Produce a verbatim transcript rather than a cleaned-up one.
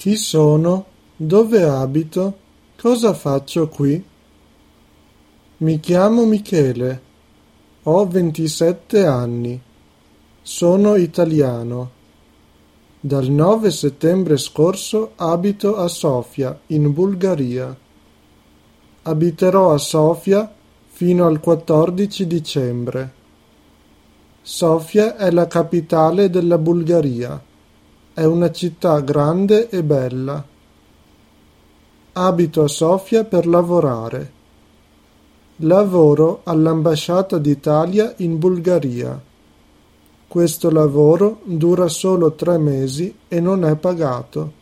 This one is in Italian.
Chi sono? Dove abito? Cosa faccio qui? Mi chiamo Michele, ho ventisette anni, sono italiano. Dal nove settembre scorso abito a Sofia, in Bulgaria. Abiterò a Sofia fino al quattordici dicembre. Sofia è la capitale della Bulgaria. È una città grande e bella. Abito a Sofia per lavorare. Lavoro all'Ambasciata d'Italia in Bulgaria. Questo lavoro dura solo tre mesi e non è pagato.